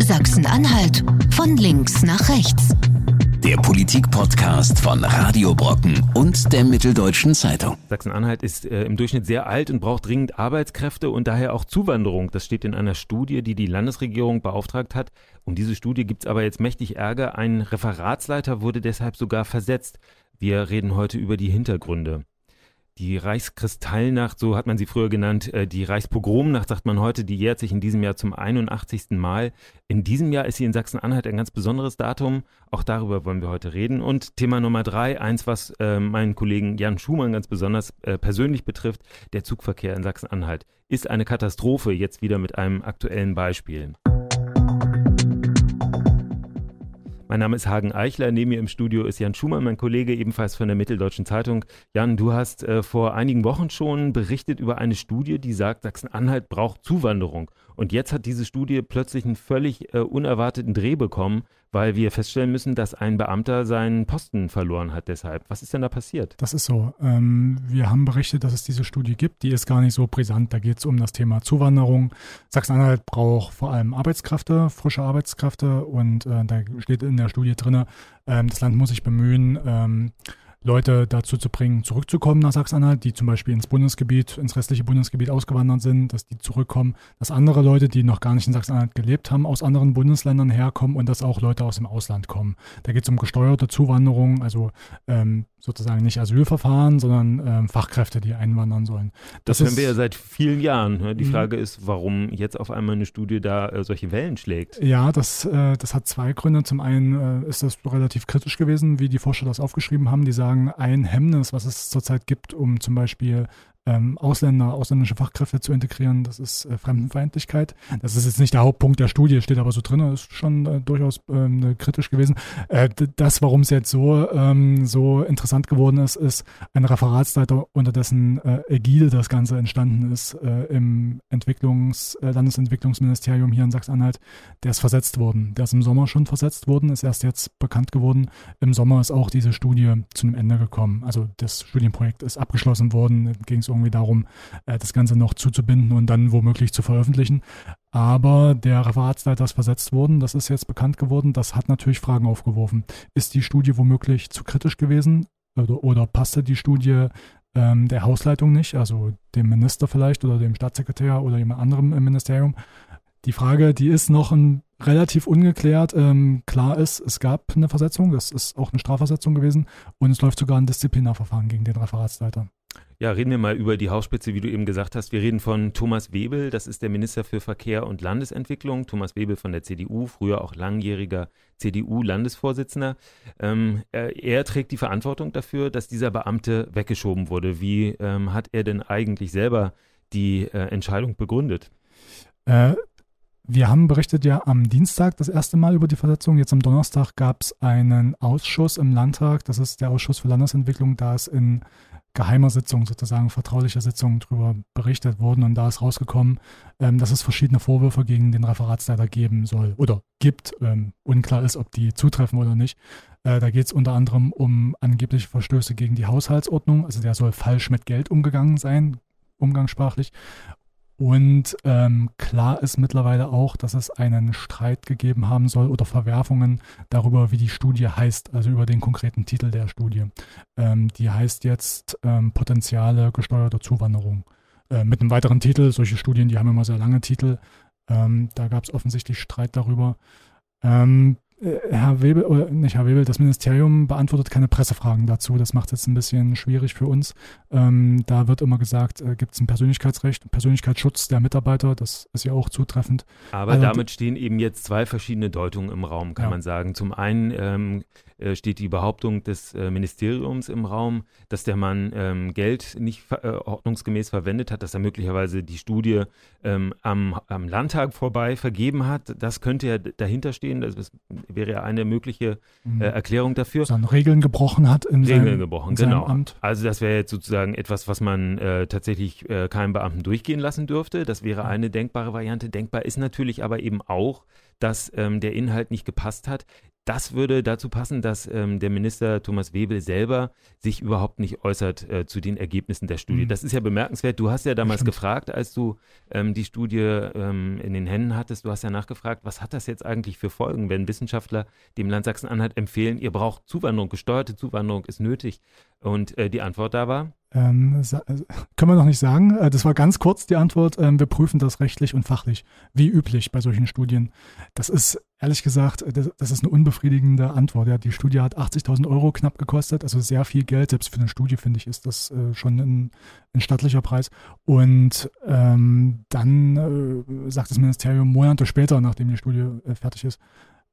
Sachsen-Anhalt von links nach rechts. Der Politik-Podcast von Radio Brocken und der Mitteldeutschen Zeitung. Sachsen-Anhalt ist im Durchschnitt sehr alt und braucht dringend Arbeitskräfte und daher auch Zuwanderung. Das steht in einer Studie, die die Landesregierung beauftragt hat. Um diese Studie gibt es aber jetzt mächtig Ärger. Ein Referatsleiter wurde deshalb sogar versetzt. Wir reden heute über die Hintergründe. Die Reichskristallnacht, so hat man sie früher genannt, die Reichspogromnacht, sagt man heute, die jährt sich in diesem Jahr zum 81. Mal. In diesem Jahr ist sie in Sachsen-Anhalt ein ganz besonderes Datum. Auch darüber wollen wir heute reden. Und Thema Nummer 3, eins, was meinen Kollegen Jan Schumann ganz besonders persönlich betrifft, der Zugverkehr in Sachsen-Anhalt ist eine Katastrophe, jetzt wieder mit einem aktuellen Beispiel. Mein Name ist Hagen Eichler, neben mir im Studio ist Jan Schumann, mein Kollege, ebenfalls von der Mitteldeutschen Zeitung. Jan, du hast vor einigen Wochen schon berichtet über eine Studie, die sagt, Sachsen-Anhalt braucht Zuwanderung. Und jetzt hat diese Studie plötzlich einen völlig unerwarteten Dreh bekommen, weil wir feststellen müssen, dass ein Beamter seinen Posten verloren hat deshalb. Was ist denn da passiert? Das ist so. Wir haben berichtet, dass es diese Studie gibt. Die ist gar nicht so brisant. Da geht es um das Thema Zuwanderung. Sachsen-Anhalt braucht vor allem Arbeitskräfte, frische Arbeitskräfte. Und da steht in der Studie drin, das Land muss sich bemühen, Leute dazu zu bringen, zurückzukommen nach Sachsen-Anhalt, die zum Beispiel ins restliche Bundesgebiet ausgewandert sind, dass die zurückkommen, dass andere Leute, die noch gar nicht in Sachsen-Anhalt gelebt haben, aus anderen Bundesländern herkommen und dass auch Leute aus dem Ausland kommen. Da geht es um gesteuerte Zuwanderung, also sozusagen nicht Asylverfahren, sondern Fachkräfte, die einwandern sollen. Das hören wir ja seit vielen Jahren. Die Frage ist, warum jetzt auf einmal eine Studie da solche Wellen schlägt. Ja, das hat zwei Gründe. Zum einen ist das relativ kritisch gewesen, wie die Forscher das aufgeschrieben haben. Die sagen, ein Hemmnis, was es zurzeit gibt, um zum Beispiel ausländische Fachkräfte zu integrieren, das ist Fremdenfeindlichkeit. Das ist jetzt nicht der Hauptpunkt der Studie, steht aber so drin, ist schon durchaus kritisch gewesen. Das, warum es jetzt so interessant geworden ist ein Referatsleiter, unter dessen Ägide das Ganze entstanden ist, im Landesentwicklungsministerium hier in Sachsen-Anhalt. Der ist versetzt worden. Der ist im Sommer schon versetzt worden, ist erst jetzt bekannt geworden. Im Sommer ist auch diese Studie zu einem Ende gekommen. Also das Studienprojekt ist abgeschlossen worden. Ging es irgendwie darum, das Ganze noch zuzubinden und dann womöglich zu veröffentlichen. Aber der Referatsleiter ist versetzt worden, das ist jetzt bekannt geworden, das hat natürlich Fragen aufgeworfen. Ist die Studie womöglich zu kritisch gewesen oder passte die Studie der Hausleitung nicht, also dem Minister vielleicht oder dem Staatssekretär oder jemand anderem im Ministerium? Die Frage, die ist noch relativ ungeklärt. Klar ist, es gab eine Versetzung, das ist auch eine Strafversetzung gewesen und es läuft sogar ein Disziplinarverfahren gegen den Referatsleiter. Ja, reden wir mal über die Hausspitze, wie du eben gesagt hast. Wir reden von Thomas Webel, das ist der Minister für Verkehr und Landesentwicklung. Thomas Webel von der CDU, früher auch langjähriger CDU-Landesvorsitzender. Er trägt die Verantwortung dafür, dass dieser Beamte weggeschoben wurde. Wie hat er denn eigentlich selber die Entscheidung begründet? Wir haben berichtet ja am Dienstag das erste Mal über die Versetzung. Jetzt am Donnerstag gab es einen Ausschuss im Landtag. Das ist der Ausschuss für Landesentwicklung. Da ist in geheimer Sitzung, sozusagen vertraulicher Sitzung darüber berichtet worden. Und da ist rausgekommen, dass es verschiedene Vorwürfe gegen den Referatsleiter geben soll oder gibt. Unklar ist, ob die zutreffen oder nicht. Da geht es unter anderem um angebliche Verstöße gegen die Haushaltsordnung. Also der soll falsch mit Geld umgegangen sein, umgangssprachlich. Und klar ist mittlerweile auch, dass es einen Streit gegeben haben soll oder Verwerfungen darüber, wie die Studie heißt, also über den konkreten Titel der Studie. Die heißt jetzt Potenziale gesteuerter Zuwanderung. Mit einem weiteren Titel, solche Studien, die haben immer sehr lange Titel. Da gab es offensichtlich Streit darüber. Herr Webel, das Ministerium beantwortet keine Pressefragen dazu. Das macht es jetzt ein bisschen schwierig für uns. Da wird immer gesagt, gibt es ein Persönlichkeitsrecht, Persönlichkeitsschutz der Mitarbeiter, das ist ja auch zutreffend. Aber also, damit stehen eben jetzt zwei verschiedene Deutungen im Raum, kann man sagen. Zum einen steht die Behauptung des Ministeriums im Raum, dass der Mann Geld nicht ordnungsgemäß verwendet hat, dass er möglicherweise die Studie am Landtag vorbei vergeben hat. Das könnte ja dahinter stehen, das wäre ja eine mögliche Erklärung dafür. Dass er Regeln gebrochen hat in seinem Amt. Also das wäre jetzt sozusagen etwas, was man tatsächlich keinem Beamten durchgehen lassen dürfte. Das wäre eine denkbare Variante. Denkbar ist natürlich aber eben auch, dass der Inhalt nicht gepasst hat. das würde dazu passen, dass der Minister Thomas Webel selber sich überhaupt nicht äußert zu den Ergebnissen der Studie. Das ist ja bemerkenswert. Du hast ja damals gefragt, als du die Studie in den Händen hattest, du hast ja nachgefragt, was hat das jetzt eigentlich für Folgen, wenn Wissenschaftler dem Land Sachsen-Anhalt empfehlen, ihr braucht Zuwanderung, gesteuerte Zuwanderung ist nötig. Und die Antwort da war? Können wir noch nicht sagen. Das war ganz kurz die Antwort. Wir prüfen das rechtlich und fachlich, wie üblich bei solchen Studien. Das ist, ehrlich gesagt, das ist eine unbefriedigende Antwort. Ja, die Studie hat 80.000 € knapp gekostet, also sehr viel Geld. Selbst für eine Studie, finde ich, ist das schon ein stattlicher Preis. Und dann sagt das Ministerium Monate später, nachdem die Studie fertig ist,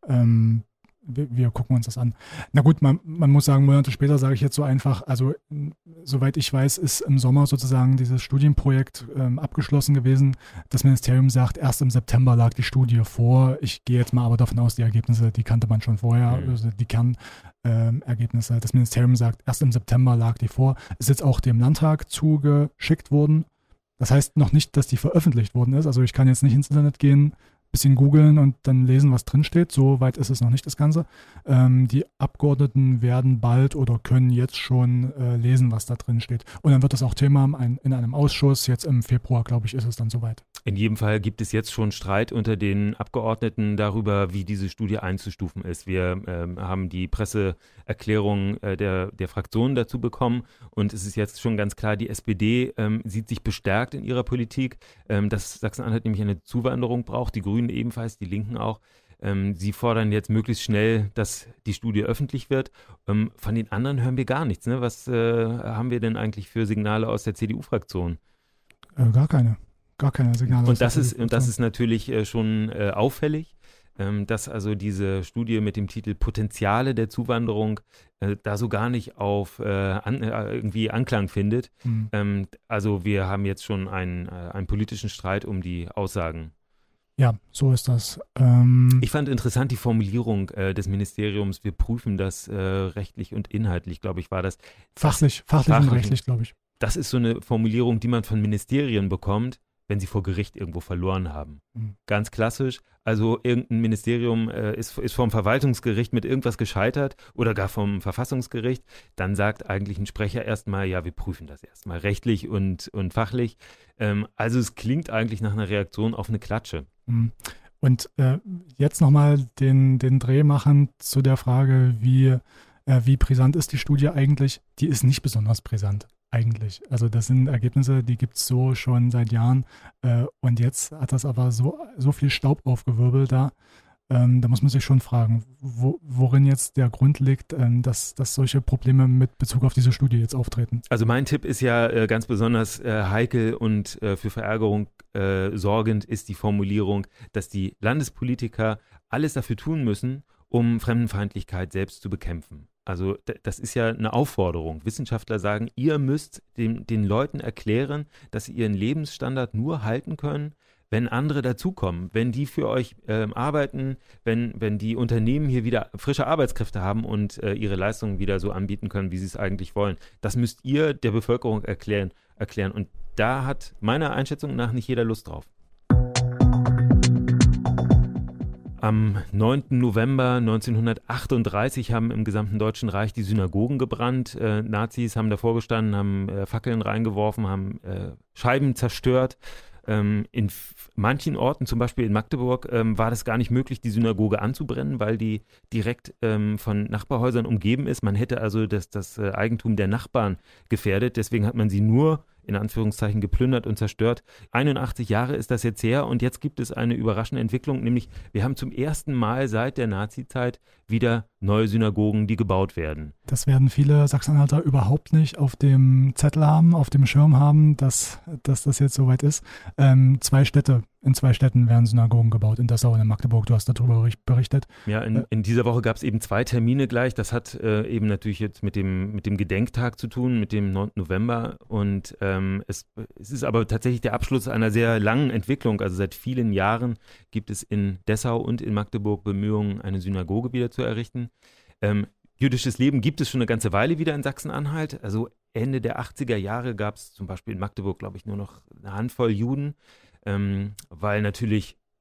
wir gucken uns das an. Na gut, man muss sagen, Monate später sage ich jetzt so einfach, also soweit ich weiß, ist im Sommer sozusagen dieses Studienprojekt abgeschlossen gewesen. Das Ministerium sagt, erst im September lag die Studie vor. Ich gehe jetzt mal aber davon aus, die Ergebnisse, die kannte man schon vorher, also die Kernergebnisse. Das Ministerium sagt, erst im September lag die vor. Ist jetzt auch dem Landtag zugeschickt worden. Das heißt noch nicht, dass die veröffentlicht worden ist. Also ich kann jetzt nicht ins Internet gehen, bisschen googeln und dann lesen, was drinsteht. So weit ist es noch nicht, das Ganze. Die Abgeordneten werden bald oder können jetzt schon lesen, was da drin steht. Und dann wird das auch Thema in einem Ausschuss. Jetzt im Februar, glaube ich, ist es dann soweit. In jedem Fall gibt es jetzt schon Streit unter den Abgeordneten darüber, wie diese Studie einzustufen ist. Wir haben die Presseerklärung der Fraktionen dazu bekommen und es ist jetzt schon ganz klar, die SPD sieht sich bestärkt in ihrer Politik, dass Sachsen-Anhalt nämlich eine Zuwanderung braucht, die Grünen ebenfalls, die Linken auch. Sie fordern jetzt möglichst schnell, dass die Studie öffentlich wird. Von den anderen hören wir gar nichts. Ne? Was haben wir denn eigentlich für Signale aus der CDU-Fraktion? Gar keine Signale. Und das ist natürlich schon auffällig, dass also diese Studie mit dem Titel Potenziale der Zuwanderung da so gar nicht auf irgendwie Anklang findet. Also wir haben jetzt schon einen politischen Streit um die Aussagen. Ja, so ist das. Ich fand interessant die Formulierung des Ministeriums, wir prüfen das rechtlich und inhaltlich, glaube ich, war das. Fachlich und rechtlich, glaube ich. Das ist so eine Formulierung, die man von Ministerien bekommt, wenn sie vor Gericht irgendwo verloren haben. Ganz klassisch. Also irgendein Ministerium ist vom Verwaltungsgericht mit irgendwas gescheitert oder gar vom Verfassungsgericht. Dann sagt eigentlich ein Sprecher erstmal, ja, wir prüfen das erstmal rechtlich und fachlich. Also es klingt eigentlich nach einer Reaktion auf eine Klatsche. Und jetzt nochmal den Dreh machen zu der Frage, wie brisant ist die Studie eigentlich? Die ist nicht besonders brisant. Eigentlich. Also das sind Ergebnisse, die gibt es so schon seit Jahren und jetzt hat das aber so viel Staub aufgewirbelt da. Da muss man sich schon fragen, worin jetzt der Grund liegt, dass solche Probleme mit Bezug auf diese Studie jetzt auftreten. Also mein Tipp ist ja ganz besonders heikel und für Verärgerung sorgend ist die Formulierung, dass die Landespolitiker alles dafür tun müssen, um Fremdenfeindlichkeit selbst zu bekämpfen. Also das ist ja eine Aufforderung. Wissenschaftler sagen, ihr müsst den Leuten erklären, dass sie ihren Lebensstandard nur halten können, wenn andere dazukommen, wenn die für euch arbeiten, wenn die Unternehmen hier wieder frische Arbeitskräfte haben und ihre Leistungen wieder so anbieten können, wie sie es eigentlich wollen. Das müsst ihr der Bevölkerung erklären. Und da hat meiner Einschätzung nach nicht jeder Lust drauf. Am 9. November 1938 haben im gesamten Deutschen Reich die Synagogen gebrannt. Nazis haben davor gestanden, haben Fackeln reingeworfen, haben Scheiben zerstört. In manchen Orten, zum Beispiel in Magdeburg, war das gar nicht möglich, die Synagoge anzubrennen, weil die direkt von Nachbarhäusern umgeben ist. Man hätte also das Eigentum der Nachbarn gefährdet. Deswegen hat man sie nur in Anführungszeichen geplündert und zerstört. 81 Jahre ist das jetzt her und jetzt gibt es eine überraschende Entwicklung, nämlich wir haben zum ersten Mal seit der Nazizeit wieder neue Synagogen, die gebaut werden. Das werden viele Sachsen-Anhalter überhaupt nicht auf dem Zettel haben, auf dem Schirm haben, dass das jetzt soweit ist. In 2 Städten werden Synagogen gebaut, in Dessau und in Magdeburg. Du hast darüber berichtet. Ja, in dieser Woche gab es eben 2 Termine gleich. Das hat eben natürlich jetzt mit dem Gedenktag zu tun, mit dem 9. November. Und es ist aber tatsächlich der Abschluss einer sehr langen Entwicklung. Also seit vielen Jahren gibt es in Dessau und in Magdeburg Bemühungen, eine Synagoge wieder zu errichten. Jüdisches Leben gibt es schon eine ganze Weile wieder in Sachsen-Anhalt. Also Ende der 80er Jahre gab es zum Beispiel in Magdeburg, glaube ich, nur noch eine Handvoll Juden, weil natürlich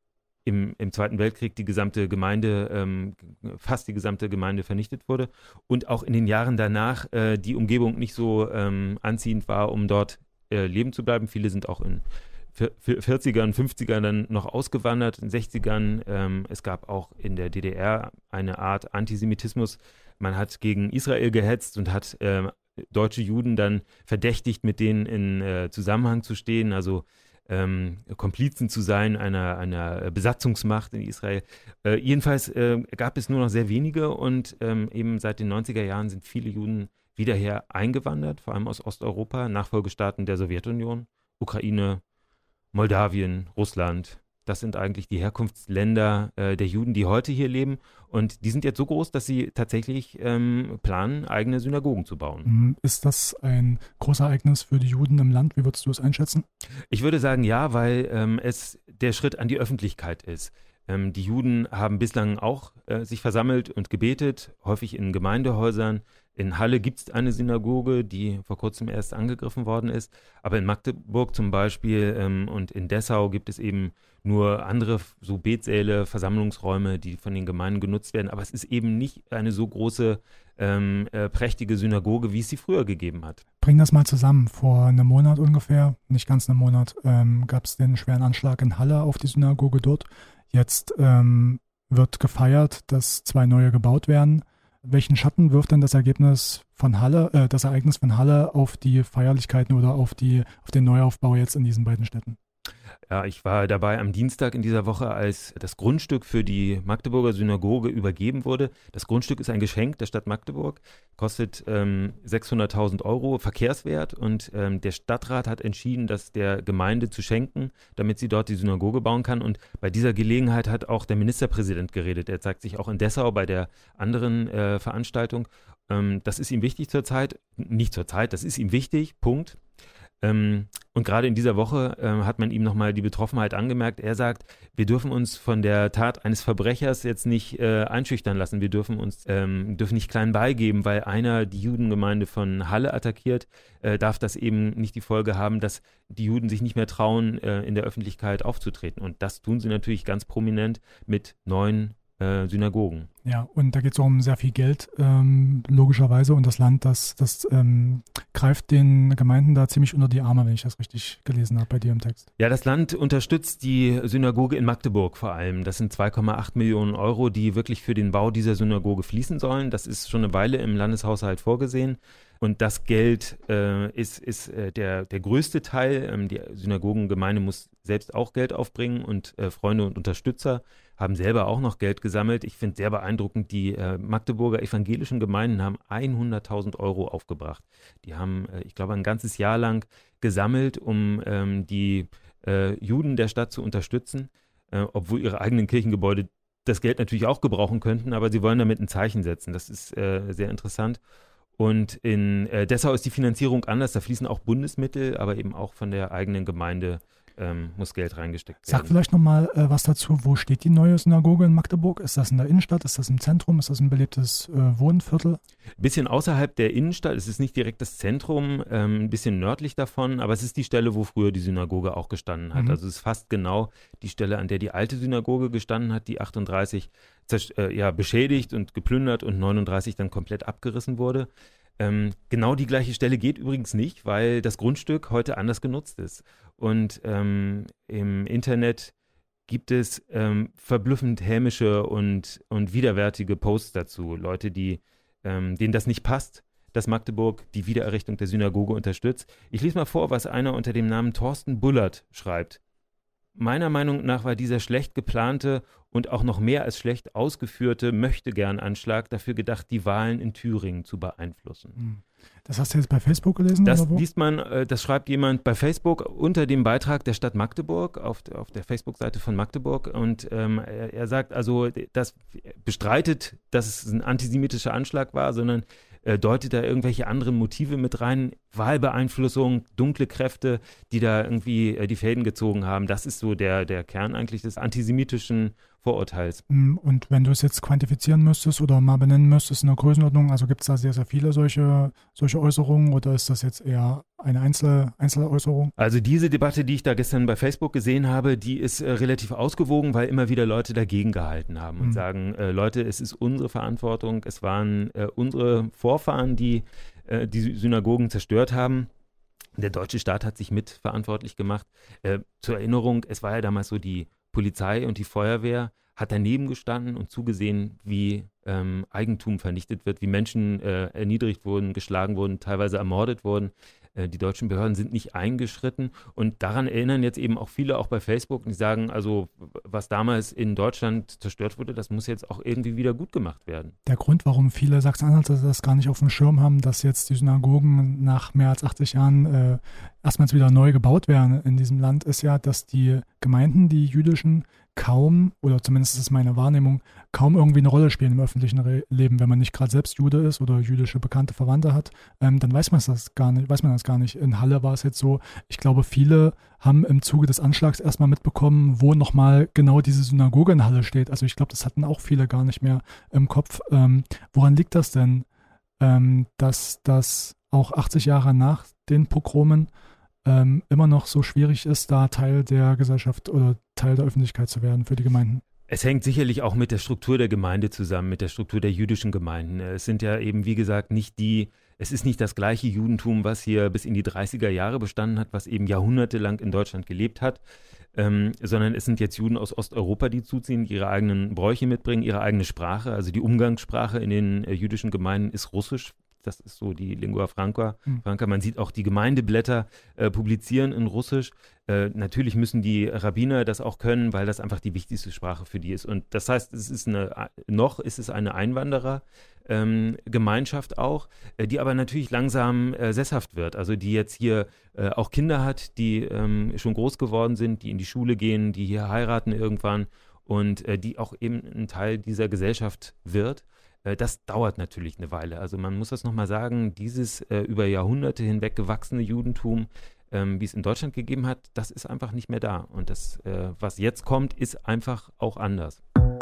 im Zweiten Weltkrieg die gesamte Gemeinde, fast die gesamte Gemeinde vernichtet wurde und auch in den Jahren danach die Umgebung nicht so anziehend war, um dort leben zu bleiben. Viele sind auch in 40ern, 50ern dann noch ausgewandert, in 60ern. Es gab auch in der DDR eine Art Antisemitismus. Man hat gegen Israel gehetzt und hat deutsche Juden dann verdächtigt, mit denen in Zusammenhang zu stehen, also Komplizen zu sein einer Besatzungsmacht in Israel. Jedenfalls gab es nur noch sehr wenige und eben seit den 90er Jahren sind viele Juden wieder her eingewandert, vor allem aus Osteuropa, Nachfolgestaaten der Sowjetunion, Ukraine, Moldawien, Russland. Das sind eigentlich die Herkunftsländer der Juden, die heute hier leben. Und die sind jetzt so groß, dass sie tatsächlich planen, eigene Synagogen zu bauen. Ist das ein großes Ereignis für die Juden im Land? Wie würdest du es einschätzen? Ich würde sagen, ja, weil es der Schritt an die Öffentlichkeit ist. Die Juden haben bislang auch sich versammelt und gebetet, häufig in Gemeindehäusern. In Halle gibt es eine Synagoge, die vor kurzem erst angegriffen worden ist. Aber in Magdeburg zum Beispiel und in Dessau gibt es eben nur andere so Betsäle, Versammlungsräume, die von den Gemeinden genutzt werden. Aber es ist eben nicht eine so große, prächtige Synagoge, wie es sie früher gegeben hat. Bring das mal zusammen. Vor einem Monat ungefähr, nicht ganz einem Monat, gab es den schweren Anschlag in Halle auf die Synagoge dort. Jetzt wird gefeiert, dass 2 neue gebaut werden. Welchen Schatten wirft denn das Ereignis von Halle auf die Feierlichkeiten oder auf den Neuaufbau jetzt in diesen beiden Städten? Ja, ich war dabei am Dienstag in dieser Woche, als das Grundstück für die Magdeburger Synagoge übergeben wurde. Das Grundstück ist ein Geschenk der Stadt Magdeburg, kostet 600.000 € Verkehrswert und der Stadtrat hat entschieden, das der Gemeinde zu schenken, damit sie dort die Synagoge bauen kann. Und bei dieser Gelegenheit hat auch der Ministerpräsident geredet. Er zeigt sich auch in Dessau bei der anderen Veranstaltung. Das ist ihm wichtig zurzeit. Nicht zurzeit, das ist ihm wichtig, Punkt. Und gerade in dieser Woche hat man ihm nochmal die Betroffenheit angemerkt. Er sagt, wir dürfen uns von der Tat eines Verbrechers jetzt nicht einschüchtern lassen. Wir dürfen nicht klein beigeben, weil einer die Judengemeinde von Halle attackiert, darf das eben nicht die Folge haben, dass die Juden sich nicht mehr trauen, in der Öffentlichkeit aufzutreten. Und das tun sie natürlich ganz prominent mit neuen Synagogen. Ja, und da geht es auch um sehr viel Geld, logischerweise. Und das Land, das greift den Gemeinden da ziemlich unter die Arme, wenn ich das richtig gelesen habe bei dir im Text. Ja, das Land unterstützt die Synagoge in Magdeburg vor allem. Das sind 2,8 Millionen €, die wirklich für den Bau dieser Synagoge fließen sollen. Das ist schon eine Weile im Landeshaushalt vorgesehen. Und das Geld ist der größte Teil. Die Synagogengemeinde muss selbst auch Geld aufbringen und Freunde und Unterstützer haben selber auch noch Geld gesammelt. Ich finde sehr beeindruckend, die Magdeburger evangelischen Gemeinden haben 100.000 € aufgebracht. Die haben, ich glaube, ein ganzes Jahr lang gesammelt, um die Juden der Stadt zu unterstützen, obwohl ihre eigenen Kirchengebäude das Geld natürlich auch gebrauchen könnten, aber sie wollen damit ein Zeichen setzen. Das ist sehr interessant. Und in Dessau ist die Finanzierung anders, da fließen auch Bundesmittel, aber eben auch von der eigenen Gemeinde muss Geld reingesteckt werden. Sag vielleicht nochmal was dazu, wo steht die neue Synagoge in Magdeburg? Ist das in der Innenstadt, ist das im Zentrum, ist das ein belebtes Wohnviertel? Ein bisschen außerhalb der Innenstadt, es ist nicht direkt das Zentrum, ein bisschen nördlich davon, aber es ist die Stelle, wo früher die Synagoge auch gestanden hat. Also es ist fast genau die Stelle, an der die alte Synagoge gestanden hat, die 38 beschädigt und geplündert und 39 dann komplett abgerissen wurde. Genau die gleiche Stelle geht übrigens nicht, weil das Grundstück heute anders genutzt ist. Und im Internet gibt es verblüffend hämische und widerwärtige Posts dazu. Leute, denen das nicht passt, dass Magdeburg die Wiedererrichtung der Synagoge unterstützt. Ich lese mal vor, was einer unter dem Namen Thorsten Bullert schreibt. Meiner Meinung nach war dieser schlecht geplante und auch noch mehr als schlecht ausgeführte Möchtegern-Anschlag dafür gedacht, die Wahlen in Thüringen zu beeinflussen. Das hast du jetzt bei Facebook gelesen? Das oder wo? liest man, das schreibt jemand bei Facebook unter dem Beitrag der Stadt Magdeburg auf der Facebook-Seite von Magdeburg und er sagt also, das bestreitet, dass es ein antisemitischer Anschlag war, sondern deutet da irgendwelche anderen Motive mit rein, Wahlbeeinflussung, dunkle Kräfte, die da irgendwie die Fäden gezogen haben. Das ist so der Kern eigentlich des antisemitischen Vorurteils. Und wenn du es jetzt quantifizieren müsstest oder mal benennen müsstest in der Größenordnung, also gibt es da sehr, sehr viele solche Äußerungen oder ist das jetzt eher eine Einzeläußerung? Also diese Debatte, die ich da gestern bei Facebook gesehen habe, die ist relativ ausgewogen, weil immer wieder Leute dagegen gehalten haben und sagen, Leute, es ist unsere Verantwortung, es waren unsere Vorfahren, die die Synagogen zerstört haben. Der deutsche Staat hat sich mitverantwortlich gemacht. Zur Erinnerung, es war ja damals so, die Polizei und die Feuerwehr hat daneben gestanden und zugesehen, wie Eigentum vernichtet wird, wie Menschen erniedrigt wurden, geschlagen wurden, teilweise ermordet wurden. Die deutschen Behörden sind nicht eingeschritten und daran erinnern jetzt eben auch viele, auch bei Facebook, die sagen, also was damals in Deutschland zerstört wurde, das muss jetzt auch irgendwie wieder gut gemacht werden. Der Grund, warum viele Sachsen-Anhalter das gar nicht auf dem Schirm haben, dass jetzt die Synagogen nach mehr als 80 Jahren erstmals wieder neu gebaut werden in diesem Land, ist ja, dass die Gemeinden, die jüdischen, kaum, oder zumindest ist meine Wahrnehmung, kaum irgendwie eine Rolle spielen im öffentlichen Leben. Wenn man nicht gerade selbst Jude ist oder jüdische bekannte Verwandte hat, dann weiß man das gar nicht. In Halle war es jetzt so, ich glaube, viele haben im Zuge des Anschlags erstmal mitbekommen, wo nochmal genau diese Synagoge in Halle steht. Also ich glaube, das hatten auch viele gar nicht mehr im Kopf. Woran liegt das denn, dass das auch 80 Jahre nach den Pogromen immer noch so schwierig ist, da Teil der Gesellschaft oder Teil der Öffentlichkeit zu werden für die Gemeinden? Es hängt sicherlich auch mit der Struktur der Gemeinde zusammen, mit der Struktur der jüdischen Gemeinden. Es sind ja eben, wie gesagt, es ist nicht das gleiche Judentum, was hier bis in die 30er Jahre bestanden hat, was eben jahrhundertelang in Deutschland gelebt hat, sondern es sind jetzt Juden aus Osteuropa, die zuziehen, die ihre eigenen Bräuche mitbringen, ihre eigene Sprache. Also die Umgangssprache in den jüdischen Gemeinden ist Russisch. Das ist so die Lingua Franca. Man sieht auch die Gemeindeblätter publizieren in Russisch. Natürlich müssen die Rabbiner das auch können, weil das einfach die wichtigste Sprache für die ist. Und das heißt, es ist eine Einwanderergemeinschaft auch, die aber natürlich langsam sesshaft wird. Also die jetzt hier auch Kinder hat, die schon groß geworden sind, die in die Schule gehen, die hier heiraten irgendwann und die auch eben ein Teil dieser Gesellschaft wird. Das dauert natürlich eine Weile. Also man muss das nochmal sagen, dieses über Jahrhunderte hinweg gewachsene Judentum, wie es in Deutschland gegeben hat, das ist einfach nicht mehr da. Und das, was jetzt kommt, ist einfach auch anders.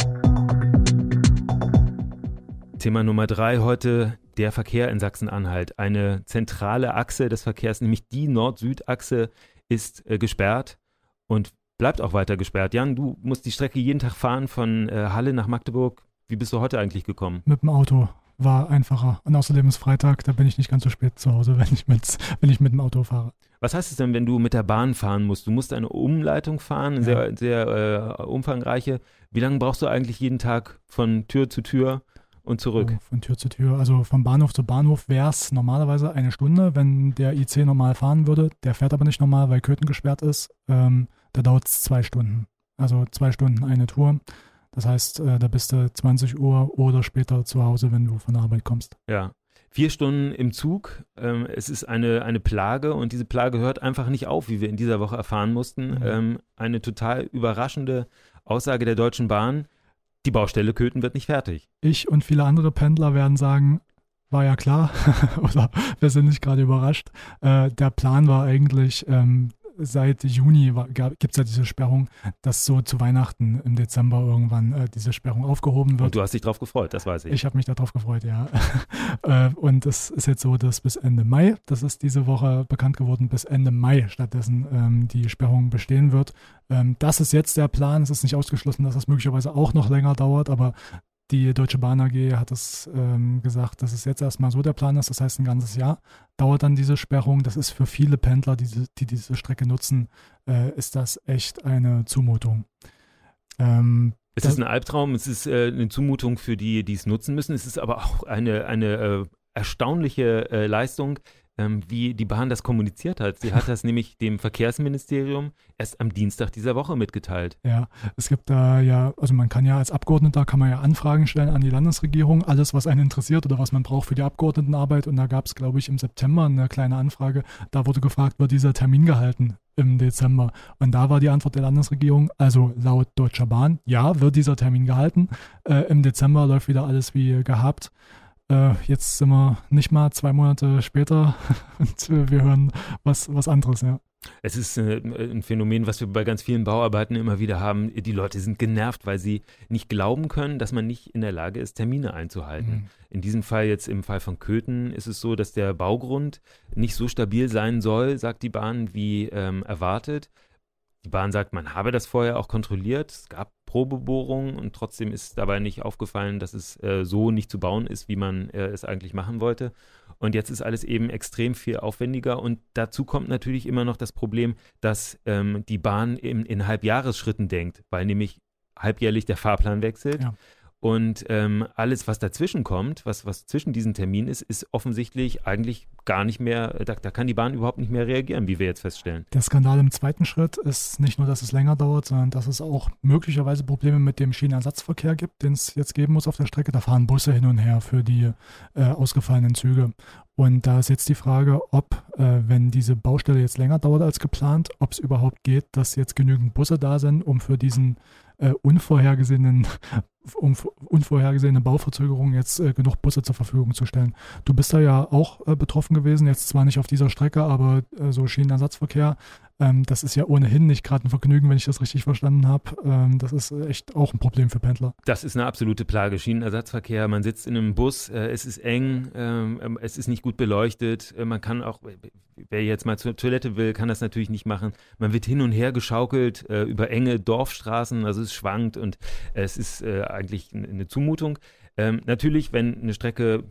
Thema Nummer 3 heute, der Verkehr in Sachsen-Anhalt. Eine zentrale Achse des Verkehrs, nämlich die Nord-Süd-Achse, ist gesperrt und bleibt auch weiter gesperrt. Jan, du musst die Strecke jeden Tag fahren von Halle nach Magdeburg. Wie bist du heute eigentlich gekommen? Mit dem Auto. War einfacher. Und außerdem ist Freitag, da bin ich nicht ganz so spät zu Hause, wenn ich mit dem Auto fahre. Was heißt es denn, wenn du mit der Bahn fahren musst? Du musst eine Umleitung fahren, eine sehr, sehr umfangreiche. Wie lange brauchst du eigentlich jeden Tag von Tür zu Tür und zurück? Oh, von Tür zu Tür. Also vom Bahnhof zu Bahnhof wäre es normalerweise eine Stunde, wenn der IC normal fahren würde. Der fährt aber nicht normal, weil Köthen gesperrt ist. Da dauert es 2 Stunden. Also 2 Stunden eine Tour. Das heißt, da bist du 20 Uhr oder später zu Hause, wenn du von der Arbeit kommst. Ja, 4 Stunden im Zug. Es ist eine Plage und diese Plage hört einfach nicht auf, wie wir in dieser Woche erfahren mussten. Eine total überraschende Aussage der Deutschen Bahn. Die Baustelle Köthen wird nicht fertig. Ich und viele andere Pendler werden sagen, war ja klar oder wir sind nicht gerade überrascht. Der Plan war eigentlich, seit Juni gibt es ja diese Sperrung, dass so zu Weihnachten im Dezember irgendwann diese Sperrung aufgehoben wird. Und du hast dich drauf gefreut, das weiß ich. Ich habe mich darauf gefreut, ja. Und es ist jetzt so, dass bis Ende Mai, das ist diese Woche bekannt geworden, bis Ende Mai stattdessen die Sperrung bestehen wird. Das ist jetzt der Plan. Es ist nicht ausgeschlossen, dass das möglicherweise auch noch länger dauert, aber die Deutsche Bahn AG hat es gesagt, dass es jetzt erstmal so der Plan ist. Das heißt, ein ganzes Jahr dauert dann diese Sperrung. Das ist für viele Pendler, die diese Strecke nutzen, ist das echt eine Zumutung. Es ist ein Albtraum, es ist eine Zumutung für die, die es nutzen müssen. Es ist aber auch eine erstaunliche Leistung, wie die Bahn das kommuniziert hat. Sie hat das nämlich dem Verkehrsministerium erst am Dienstag dieser Woche mitgeteilt. Ja, es gibt da also man kann ja als Abgeordneter, Anfragen stellen an die Landesregierung, alles, was einen interessiert oder was man braucht für die Abgeordnetenarbeit. Und da gab es, glaube ich, im September eine kleine Anfrage. Da wurde gefragt, wird dieser Termin gehalten im Dezember? Und da war die Antwort der Landesregierung, also laut Deutscher Bahn, ja, wird dieser Termin gehalten. Im Dezember läuft wieder alles wie gehabt. Jetzt sind wir nicht mal 2 Monate später und wir hören was anderes, ja. Es ist ein Phänomen, was wir bei ganz vielen Bauarbeiten immer wieder haben. Die Leute sind genervt, weil sie nicht glauben können, dass man nicht in der Lage ist, Termine einzuhalten. In diesem Fall jetzt im Fall von Köthen ist es so, dass der Baugrund nicht so stabil sein soll, sagt die Bahn, wie erwartet. Die Bahn sagt, man habe das vorher auch kontrolliert. Es gab Probebohrungen und trotzdem ist dabei nicht aufgefallen, dass es so nicht zu bauen ist, wie man es eigentlich machen wollte. Und jetzt ist alles eben extrem viel aufwendiger und dazu kommt natürlich immer noch das Problem, dass die Bahn in Halbjahresschritten denkt, weil nämlich halbjährlich der Fahrplan wechselt. Ja. Und alles, was dazwischen kommt, was zwischen diesen Terminen ist offensichtlich eigentlich gar nicht mehr, da kann die Bahn überhaupt nicht mehr reagieren, wie wir jetzt feststellen. Der Skandal im zweiten Schritt ist nicht nur, dass es länger dauert, sondern dass es auch möglicherweise Probleme mit dem Schienenersatzverkehr gibt, den es jetzt geben muss auf der Strecke. Da fahren Busse hin und her für die ausgefallenen Züge. Und da ist jetzt die Frage, ob, wenn diese Baustelle jetzt länger dauert als geplant, ob es überhaupt geht, dass jetzt genügend Busse da sind, um für diesen unvorhergesehene Bauverzögerungen jetzt genug Busse zur Verfügung zu stellen. Du bist da ja auch betroffen gewesen, jetzt zwar nicht auf dieser Strecke, aber so Schienenersatzverkehr, das ist ja ohnehin nicht gerade ein Vergnügen, wenn ich das richtig verstanden habe. Das ist echt auch ein Problem für Pendler. Das ist eine absolute Plage, Schienenersatzverkehr. Man sitzt in einem Bus, es ist eng, es ist nicht gut beleuchtet. Man kann auch, wer jetzt mal zur Toilette will, kann das natürlich nicht machen. Man wird hin und her geschaukelt über enge Dorfstraßen, also es schwankt und es ist eigentlich eine Zumutung. Natürlich, wenn eine Strecke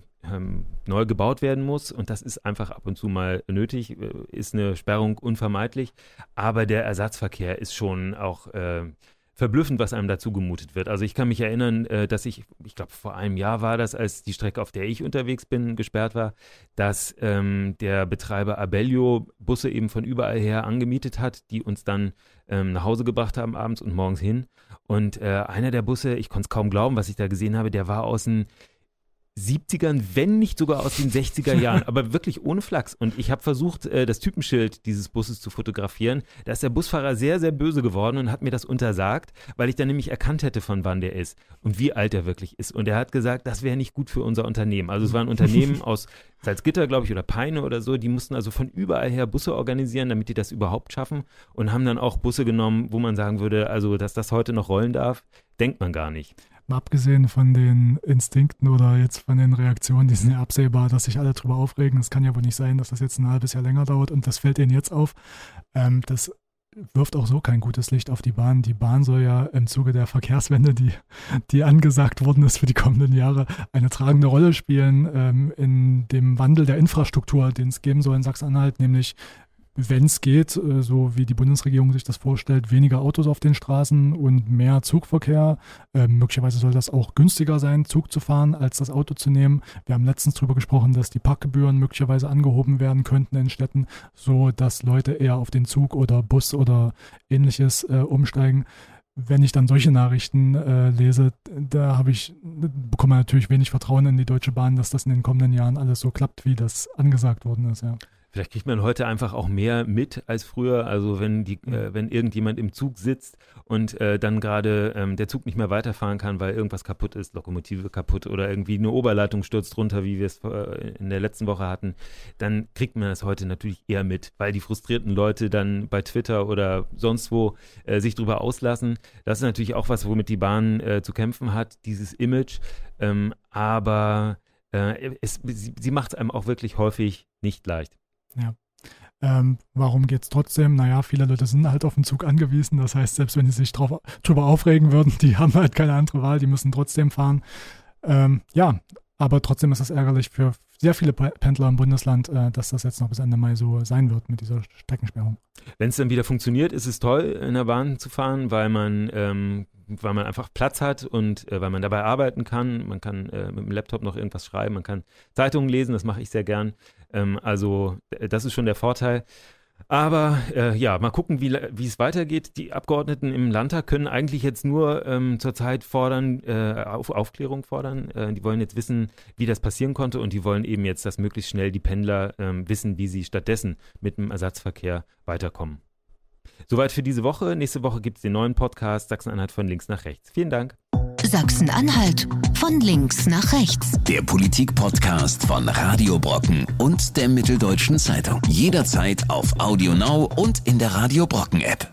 neu gebaut werden muss und das ist einfach ab und zu mal nötig, ist eine Sperrung unvermeidlich, aber der Ersatzverkehr ist schon auch verblüffend, was einem dazu gemutet wird. Also ich kann mich erinnern, dass ich glaube vor einem Jahr war das, als die Strecke, auf der ich unterwegs bin, gesperrt war, dass der Betreiber Abellio Busse eben von überall her angemietet hat, die uns dann nach Hause gebracht haben abends und morgens hin. Und einer der Busse, ich konnte es kaum glauben, was ich da gesehen habe, der war aus den 70ern, wenn nicht sogar aus den 60er Jahren, aber wirklich ohne Flachs. Und ich habe versucht, das Typenschild dieses Busses zu fotografieren. Da ist der Busfahrer sehr, sehr böse geworden und hat mir das untersagt, weil ich dann nämlich erkannt hätte, von wann der ist und wie alt er wirklich ist. Und er hat gesagt, das wäre nicht gut für unser Unternehmen. Also es war ein Unternehmen aus Salzgitter, glaube ich, oder Peine oder so. Die mussten also von überall her Busse organisieren, damit die das überhaupt schaffen und haben dann auch Busse genommen, wo man sagen würde, also dass das heute noch rollen darf, denkt man gar nicht. Mal abgesehen von den Instinkten oder jetzt von den Reaktionen, die sind ja absehbar, dass sich alle drüber aufregen. Es kann ja wohl nicht sein, dass das jetzt ein halbes Jahr länger dauert und das fällt ihnen jetzt auf. Das wirft auch so kein gutes Licht auf die Bahn. Die Bahn soll ja im Zuge der Verkehrswende, die angesagt worden ist für die kommenden Jahre, eine tragende Rolle spielen in dem Wandel der Infrastruktur, den es geben soll in Sachsen-Anhalt, nämlich wenn es geht, so wie die Bundesregierung sich das vorstellt, weniger Autos auf den Straßen und mehr Zugverkehr. Möglicherweise soll das auch günstiger sein, Zug zu fahren, als das Auto zu nehmen. Wir haben letztens darüber gesprochen, dass die Parkgebühren möglicherweise angehoben werden könnten in Städten, so dass Leute eher auf den Zug oder Bus oder ähnliches umsteigen. Wenn ich dann solche Nachrichten lese, bekomme ich natürlich wenig Vertrauen in die Deutsche Bahn, dass das in den kommenden Jahren alles so klappt, wie das angesagt worden ist, ja. Vielleicht kriegt man heute einfach auch mehr mit als früher. Also wenn irgendjemand im Zug sitzt und dann gerade der Zug nicht mehr weiterfahren kann, weil irgendwas kaputt ist, Lokomotive kaputt oder irgendwie eine Oberleitung stürzt runter, wie wir es in der letzten Woche hatten, dann kriegt man das heute natürlich eher mit, weil die frustrierten Leute dann bei Twitter oder sonst wo sich drüber auslassen. Das ist natürlich auch was, womit die Bahn zu kämpfen hat, dieses Image. Aber sie macht es einem auch wirklich häufig nicht leicht. Ja. Warum geht's trotzdem? Naja, viele Leute sind halt auf den Zug angewiesen. Das heißt, selbst wenn sie sich drüber aufregen würden, die haben halt keine andere Wahl, die müssen trotzdem fahren. Ja, aber trotzdem ist es ärgerlich für sehr viele Pendler im Bundesland, dass das jetzt noch bis Ende Mai so sein wird mit dieser Streckensperrung. Wenn es dann wieder funktioniert, ist es toll, in der Bahn zu fahren, weil man einfach Platz hat und weil man dabei arbeiten kann. Man kann mit dem Laptop noch irgendwas schreiben, man kann Zeitungen lesen, das mache ich sehr gern. Also das ist schon der Vorteil. Aber mal gucken, wie es weitergeht. Die Abgeordneten im Landtag können eigentlich jetzt nur zurzeit Aufklärung fordern. Die wollen jetzt wissen, wie das passieren konnte und die wollen eben jetzt, dass möglichst schnell die Pendler wissen, wie sie stattdessen mit dem Ersatzverkehr weiterkommen. Soweit für diese Woche. Nächste Woche gibt es den neuen Podcast Sachsen-Anhalt von links nach rechts. Vielen Dank. Sachsen-Anhalt. Von links nach rechts. Der Politik-Podcast von Radio Brocken und der Mitteldeutschen Zeitung. Jederzeit auf Audio Now und in der Radio Brocken App.